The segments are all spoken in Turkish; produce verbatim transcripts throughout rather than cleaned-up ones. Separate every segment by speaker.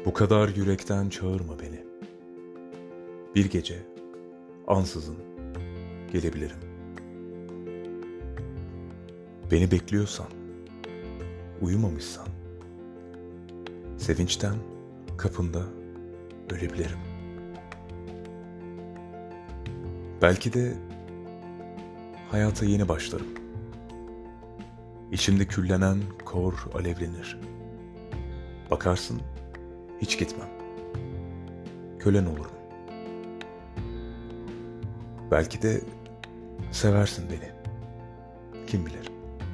Speaker 1: Bu kadar yürekten çağırma beni. Bir gece ansızın gelebilirim. Beni bekliyorsan, uyumamışsan, sevinçten kapında ölebilirim. Belki de hayata yeni başlarım. İçimde küllenen kor alevlenir. Bakarsın hiç gitmem. Kölen olurum. Belki de seversin beni. Kim bilir.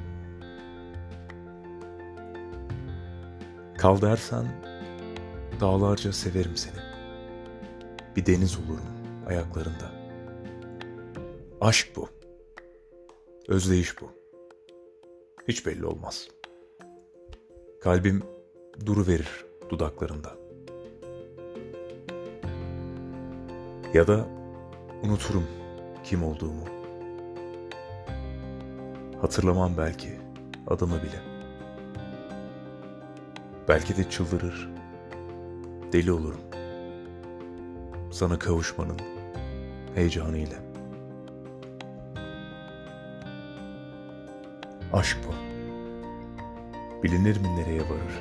Speaker 1: Kal dersen dağlarca severim seni. Bir deniz olurum ayaklarında. Aşk bu. Özleyiş bu. Hiç belli olmaz. Kalbim duruverir dudaklarında. Ya da unuturum kim olduğumu. Hatırlamam belki adımı bile. Belki de çıldırır, deli olurum. Sana kavuşmanın heyecanıyla. Aşk bu. Bilinir mi nereye varır?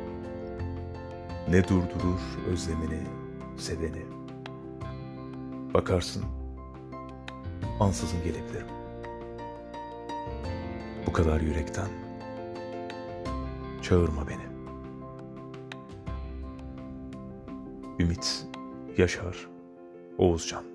Speaker 1: Ne durdurur özlemini, seveni? Bakarsın, ansızın gelebilirim. Bu kadar yürekten çağırma beni. Ümit Yaşar Oğuzcan.